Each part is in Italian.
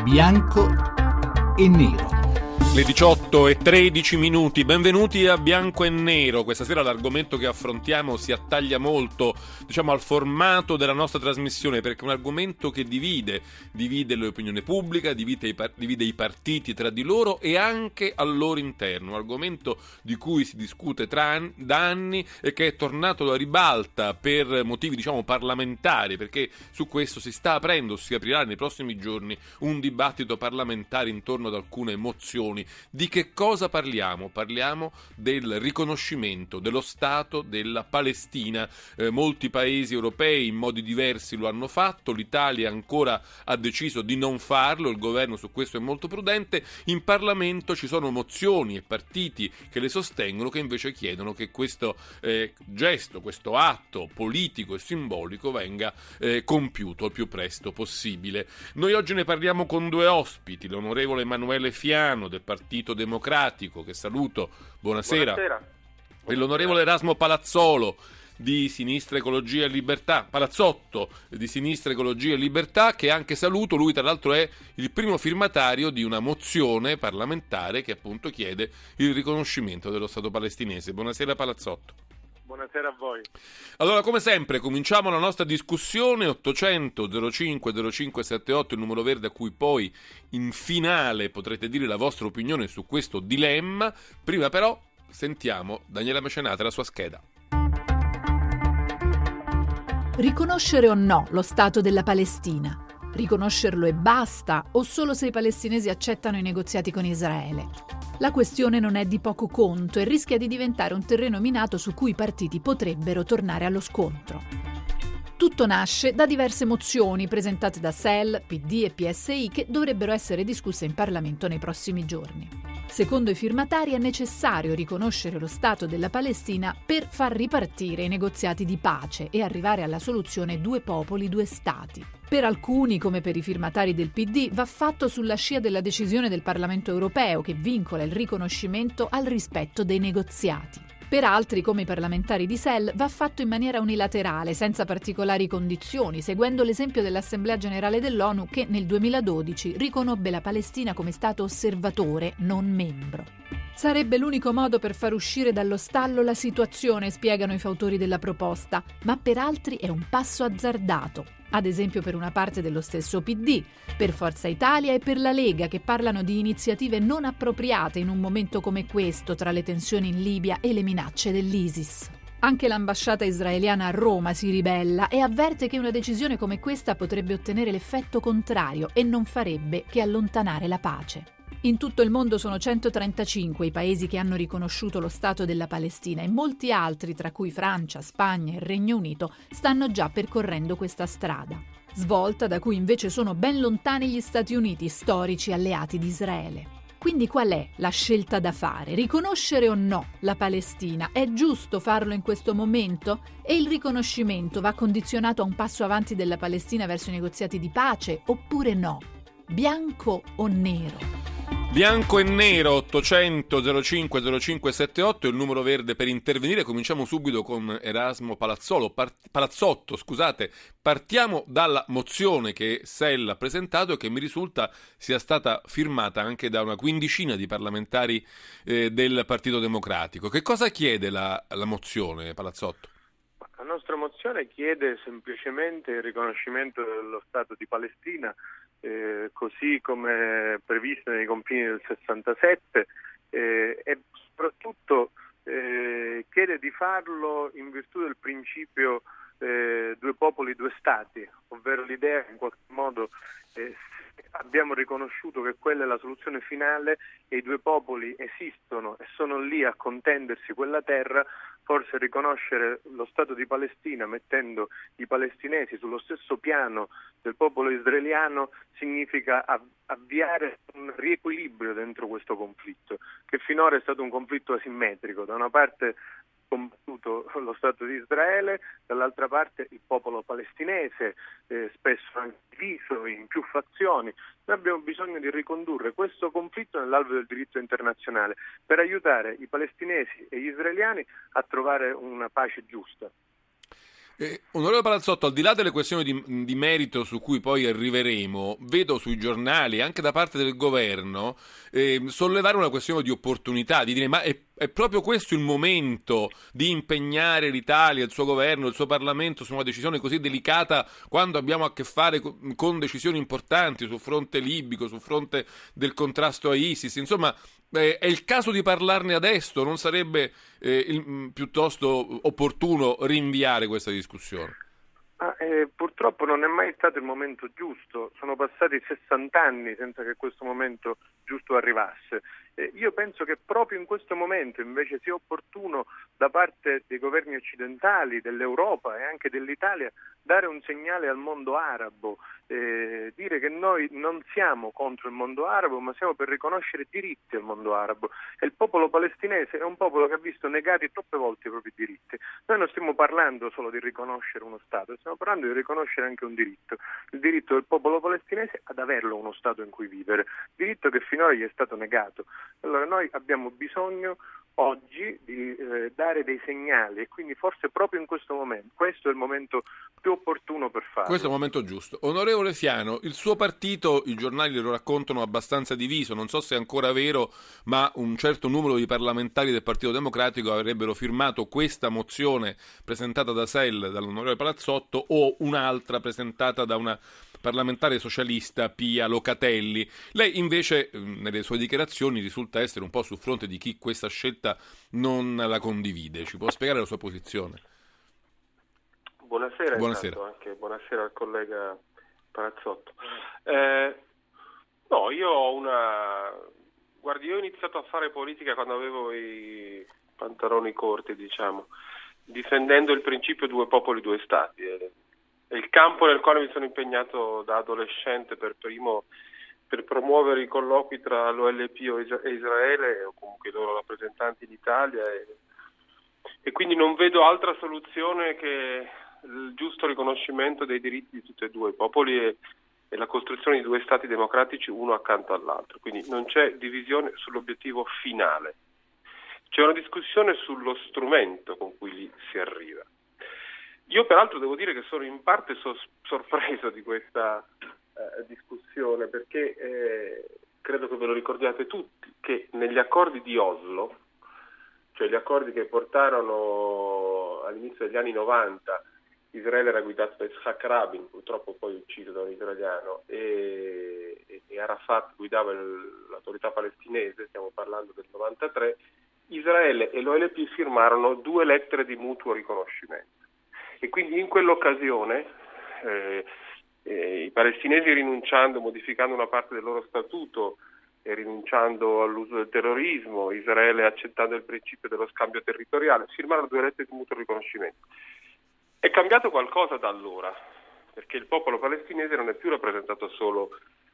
Bianco e nero. Le 18:13, benvenuti a Bianco e Nero. Questa sera l'argomento che affrontiamo si attaglia molto, al formato della nostra trasmissione, perché è un argomento che divide l'opinione pubblica, divide i partiti tra di loro e anche al loro interno. Un argomento di cui si discute da anni e che è tornato alla ribalta per motivi, parlamentari, perché su questo si aprirà nei prossimi giorni un dibattito parlamentare intorno ad alcune mozioni. Di che cosa parliamo? Parliamo del riconoscimento dello Stato della Palestina. Molti paesi europei in modi diversi lo hanno fatto, l'Italia ancora ha deciso di non farlo, il governo su questo è molto prudente. In Parlamento ci sono mozioni e partiti che le sostengono, che invece chiedono che questo gesto, questo atto politico e simbolico venga compiuto il più presto possibile. Noi oggi ne parliamo con due ospiti, l'onorevole Emanuele Fiano del Partito Democratico, che saluto, buonasera. E l'onorevole Erasmo Palazzolo di Sinistra Ecologia e Libertà, Palazzotto di Sinistra Ecologia e Libertà, che anche saluto. Lui tra l'altro è il primo firmatario di una mozione parlamentare che appunto chiede il riconoscimento dello Stato palestinese. Buonasera Palazzotto. Buonasera a voi. Allora, come sempre, cominciamo la nostra discussione. 800 05 0578, il numero verde a cui poi in finale potrete dire la vostra opinione su questo dilemma. Prima però sentiamo Daniela Mecenate, la sua scheda. Riconoscere o no lo Stato della Palestina? Riconoscerlo e basta, o solo se i palestinesi accettano i negoziati con Israele? La questione non è di poco conto e rischia di diventare un terreno minato su cui i partiti potrebbero tornare allo scontro. Tutto nasce da diverse mozioni presentate da SEL, PD e PSI che dovrebbero essere discusse in Parlamento nei prossimi giorni. Secondo i firmatari è necessario riconoscere lo Stato della Palestina per far ripartire i negoziati di pace e arrivare alla soluzione due popoli, due stati. Per alcuni, come per i firmatari del PD, va fatto sulla scia della decisione del Parlamento europeo che vincola il riconoscimento al rispetto dei negoziati. Per altri, come i parlamentari di SEL, va fatto in maniera unilaterale, senza particolari condizioni, seguendo l'esempio dell'Assemblea Generale dell'ONU che nel 2012 riconobbe la Palestina come Stato osservatore, non membro. Sarebbe l'unico modo per far uscire dallo stallo la situazione, spiegano i fautori della proposta, ma per altri è un passo azzardato. Ad esempio per una parte dello stesso PD, per Forza Italia e per la Lega, che parlano di iniziative non appropriate in un momento come questo tra le tensioni in Libia e le minacce dell'ISIS. Anche l'ambasciata israeliana a Roma si ribella e avverte che una decisione come questa potrebbe ottenere l'effetto contrario e non farebbe che allontanare la pace. In tutto il mondo sono 135 i paesi che hanno riconosciuto lo Stato della Palestina e molti altri, tra cui Francia, Spagna e Regno Unito, stanno già percorrendo questa strada. Svolta da cui invece sono ben lontani gli Stati Uniti, storici alleati di Israele. Quindi qual è la scelta da fare? Riconoscere o no la Palestina? È giusto farlo in questo momento? E il riconoscimento va condizionato a un passo avanti della Palestina verso i negoziati di pace oppure no? Bianco o nero? Bianco e nero, 800 05 0578 è il numero verde per intervenire. Cominciamo subito con Erasmo Palazzotto. Partiamo dalla mozione che SEL ha presentato e che mi risulta sia stata firmata anche da una quindicina di parlamentari del Partito Democratico. Che cosa chiede la mozione, Palazzotto? La nostra mozione chiede semplicemente il riconoscimento dello Stato di Palestina così come previsto nei confini del 67 e soprattutto chiede di farlo in virtù del principio due popoli, due stati, ovvero l'idea che in qualche modo abbiamo riconosciuto che quella è la soluzione finale e i due popoli esistono e sono lì a contendersi quella terra. Forse riconoscere lo Stato di Palestina mettendo i palestinesi sullo stesso piano del popolo israeliano significa avviare un riequilibrio dentro questo conflitto, che finora è stato un conflitto asimmetrico. Da una parte combattuto lo Stato di Israele, dall'altra parte il popolo palestinese, spesso anche diviso in più fazioni. Noi abbiamo bisogno di ricondurre questo conflitto nell'alveo del diritto internazionale per aiutare i palestinesi e gli israeliani a trovare una pace giusta. Onorevole Palazzotto, al di là delle questioni di merito su cui poi arriveremo, vedo sui giornali, anche da parte del governo, sollevare una questione di opportunità, di dire ma è proprio questo il momento di impegnare l'Italia, il suo governo, il suo Parlamento su una decisione così delicata quando abbiamo a che fare con decisioni importanti sul fronte libico, sul fronte del contrasto a ISIS, insomma è il caso di parlarne adesso, non sarebbe piuttosto opportuno rinviare questa discussione? Purtroppo non è mai stato il momento giusto, sono passati 60 anni senza che questo momento giusto arrivasse. Io penso che proprio in questo momento invece sia opportuno da parte dei governi occidentali, dell'Europa e anche dell'Italia dare un segnale al mondo arabo, dire che noi non siamo contro il mondo arabo ma siamo per riconoscere diritti al mondo arabo, e il popolo palestinese è un popolo che ha visto negati troppe volte i propri diritti. Noi non stiamo parlando solo di riconoscere uno Stato, stiamo parlando di riconoscere anche un diritto, il diritto del popolo palestinese ad averlo uno Stato in cui vivere, diritto che finora gli è stato negato. Allora noi abbiamo bisogno oggi di dare dei segnali, e quindi forse proprio in questo momento, questo è il momento più opportuno per farlo. Questo è il momento giusto. Onorevole Fiano, il suo partito, i giornali lo raccontano abbastanza diviso, non so se è ancora vero, ma un certo numero di parlamentari del Partito Democratico avrebbero firmato questa mozione presentata da SEL, dall'onorevole Palazzotto, o un'altra presentata da una parlamentare socialista, Pia Locatelli. Lei invece nelle sue dichiarazioni risulta essere un po' sul fronte di chi questa scelta non la condivide. Ci può spiegare la sua posizione? Buonasera. Buonasera. Anche buonasera al collega Palazzotto. No, io ho Guardi, io ho iniziato a fare politica quando avevo i pantaloni corti, diciamo, difendendo il principio due popoli, due stati. È il campo nel quale mi sono impegnato da adolescente per primo per promuovere i colloqui tra l'OLP e Israele, o comunque i loro rappresentanti in Italia, e quindi non vedo altra soluzione che il giusto riconoscimento dei diritti di tutti e due i popoli e la costruzione di due stati democratici uno accanto all'altro. Quindi non c'è divisione sull'obiettivo finale, c'è una discussione sullo strumento con cui lì si arriva. Io peraltro devo dire che sono in parte sorpreso di questa discussione, perché credo che ve lo ricordiate tutti, che negli accordi di Oslo, cioè gli accordi che portarono all'inizio degli anni 90, Israele era guidato da Yitzhak Rabin, purtroppo poi ucciso da un israeliano, e Arafat guidava l'autorità palestinese, stiamo parlando del 93, Israele e l'OLP firmarono 2 lettere di mutuo riconoscimento. E quindi in quell'occasione i palestinesi, rinunciando, modificando una parte del loro statuto e rinunciando all'uso del terrorismo, Israele accettando il principio dello scambio territoriale, firmarono 2 lettere di mutuo riconoscimento. È cambiato qualcosa da allora, perché il popolo palestinese non è più rappresentato solo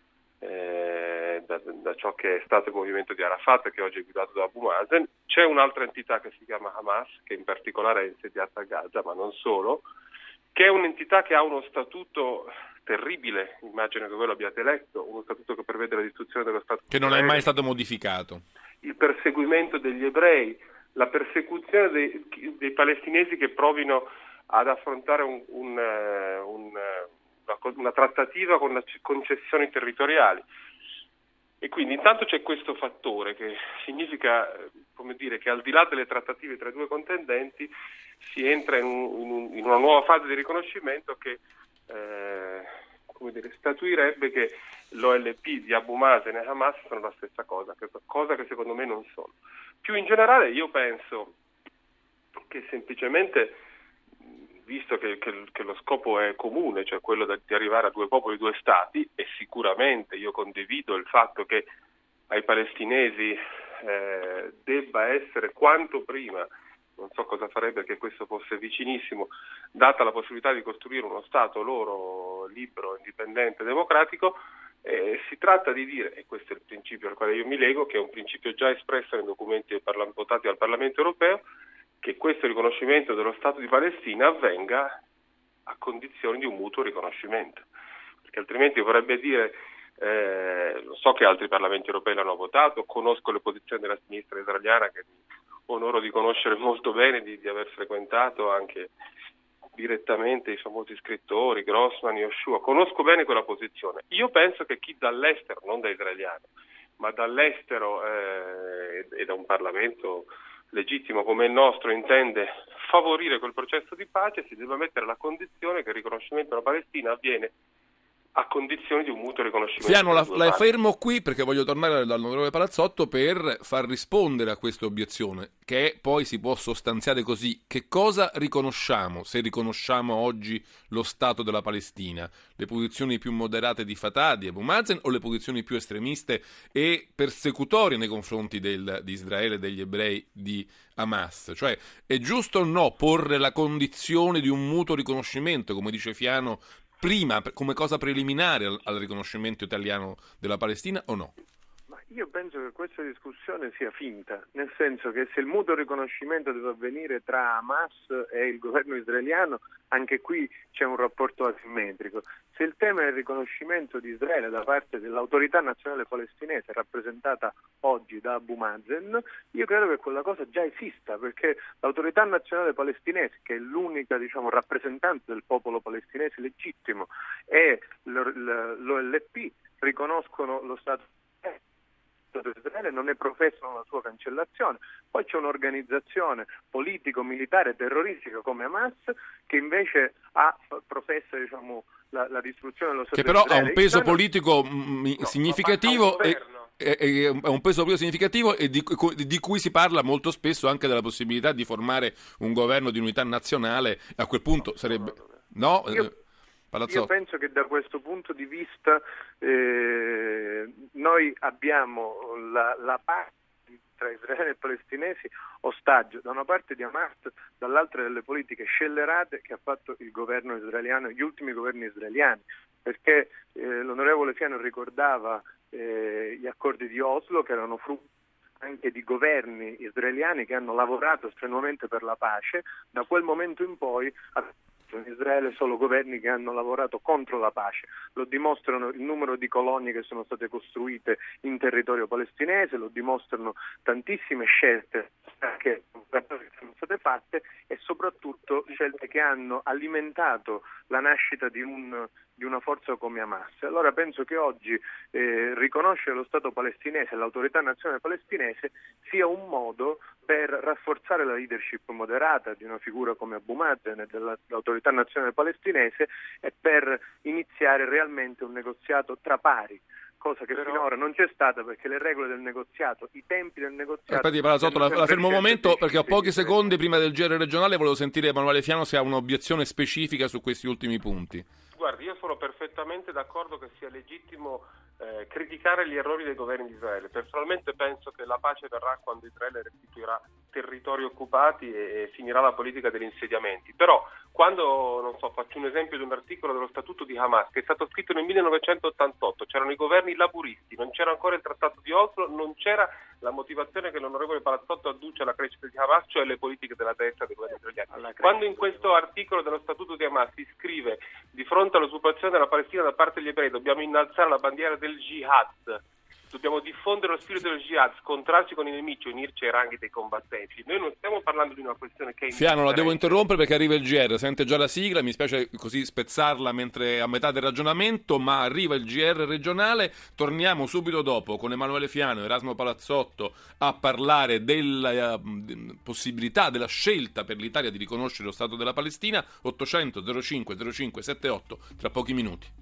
da ciò che è stato il movimento di Arafat, che oggi è guidato da Abu Mazen. C'è un'altra entità che si chiama Hamas, che in particolare è insediata a Gaza, ma non solo, che è un'entità che ha uno statuto terribile, immagino che voi l'abbiate letto, uno statuto che prevede la distruzione dello Stato che non è mai stato modificato, il perseguimento degli ebrei, la persecuzione dei palestinesi che provino ad affrontare una trattativa con le concessioni territoriali. E quindi intanto c'è questo fattore che significa, come dire, che al di là delle trattative tra i due contendenti si entra in una nuova fase di riconoscimento che statuirebbe che l'OLP di Abu Mazen e Hamas sono la stessa cosa che secondo me non sono. Più in generale io penso che semplicemente, visto che lo scopo è comune, cioè quello di arrivare a 2 popoli, 2 stati, e sicuramente io condivido il fatto che ai palestinesi debba essere quanto prima, non so cosa farebbe che questo fosse vicinissimo, data la possibilità di costruire uno Stato loro libero, indipendente, democratico, si tratta di dire, e questo è il principio al quale io mi lego, che è un principio già espresso nei documenti votati al Parlamento europeo, che questo riconoscimento dello Stato di Palestina avvenga a condizioni di un mutuo riconoscimento, perché altrimenti vorrebbe dire, lo so che altri parlamenti europei l'hanno votato, conosco le posizioni della sinistra israeliana che mi onoro di conoscere molto bene, di aver frequentato anche direttamente i famosi scrittori, Grossman, Yoshua, conosco bene quella posizione. Io penso che chi dall'estero, non da israeliano, ma dall'estero e da un Parlamento legittimo come il nostro intende favorire quel processo di pace, si deve mettere la condizione che il riconoscimento della Palestina avviene a condizione di un mutuo riconoscimento. Fiano, la fermo qui perché voglio tornare dall'onorevole Palazzotto per far rispondere a questa obiezione, che poi si può sostanziare così: che cosa riconosciamo se riconosciamo oggi lo Stato della Palestina? Le posizioni più moderate di Fatah, di Abu Mazen, o le posizioni più estremiste e persecutorie nei confronti di Israele e degli ebrei di Hamas? Cioè, è giusto o no porre la condizione di un mutuo riconoscimento, come dice Fiano, prima, come cosa preliminare al riconoscimento italiano della Palestina, o no? Ma io penso che questa discussione sia finta, nel senso che se il mutuo riconoscimento deve avvenire tra Hamas e il governo israeliano, anche qui c'è un rapporto asimmetrico. Se il tema è il riconoscimento di Israele da parte dell'autorità nazionale palestinese rappresentata oggi da Abu Mazen, io credo che quella cosa già esista, perché l'autorità nazionale palestinese, che è l'unica rappresentante del popolo palestinese legittimo, e l'OLP riconoscono lo Stato di Israele, non ne professano la sua cancellazione. Poi c'è un'organizzazione politico-militare terroristica come Hamas che invece professa la distruzione dello Stato di Israele. Che però ha un peso politico significativo è un peso politico significativo e di cui si parla molto spesso anche della possibilità di formare un governo di unità nazionale. A quel punto sarebbe... No? Io penso che da questo punto di vista noi abbiamo la parte tra Israele e palestinesi ostaggio, da una parte di Hamas, dall'altra delle politiche scellerate che ha fatto il governo israeliano, gli ultimi governi israeliani, perché l'onorevole Fiano ricordava gli accordi di Oslo, che erano frutto anche di governi israeliani che hanno lavorato strenuamente per la pace. Da quel momento in poi in Israele solo governi che hanno lavorato contro la pace. Lo dimostrano il numero di colonie che sono state costruite in territorio palestinese, lo dimostrano tantissime scelte che sono state fatte e soprattutto scelte che hanno alimentato la nascita di una forza come Hamas. Allora penso che oggi riconoscere lo Stato palestinese e l'autorità nazionale palestinese sia un modo per rafforzare la leadership moderata di una figura come Abu Mazen e dell'autorità nazionale palestinese e per iniziare realmente un negoziato tra pari, cosa che finora non c'è stata perché le regole del negoziato, i tempi del negoziato... La fermo un momento perché ho pochi secondi prima del GR regionale, volevo sentire Emanuele Fiano se ha un'obiezione specifica su questi ultimi punti. Guardi, io sono perfettamente d'accordo che sia legittimo criticare gli errori dei governi di Israele. Personalmente penso che la pace verrà quando Israele restituirà territori occupati e finirà la politica degli insediamenti. Però quando, faccio un esempio di un articolo dello Statuto di Hamas che è stato scritto nel 1988, c'erano i governi laburisti, non c'era ancora il Trattato di Oslo, non c'era la motivazione che l'onorevole Palazzotto adduce alla crescita di Hamas, cioè le politiche della destra dei governi israeliani. Quando in questo articolo dello Statuto di Hamas si scrive di fronte all'occupazione della Palestina da parte degli ebrei dobbiamo innalzare la bandiera del jihad, dobbiamo diffondere lo spirito del jihad, scontrarci con i nemici, unirci ai ranghi dei combattenti. Noi non stiamo parlando di una questione che è Fiano, la devo interrompere perché arriva il GR, sente già la sigla, mi spiace così spezzarla mentre a metà del ragionamento, ma arriva il GR regionale, torniamo subito dopo con Emanuele Fiano e Erasmo Palazzotto a parlare della possibilità, della scelta per l'Italia di riconoscere lo Stato della Palestina. 800 05 05 78 tra pochi minuti.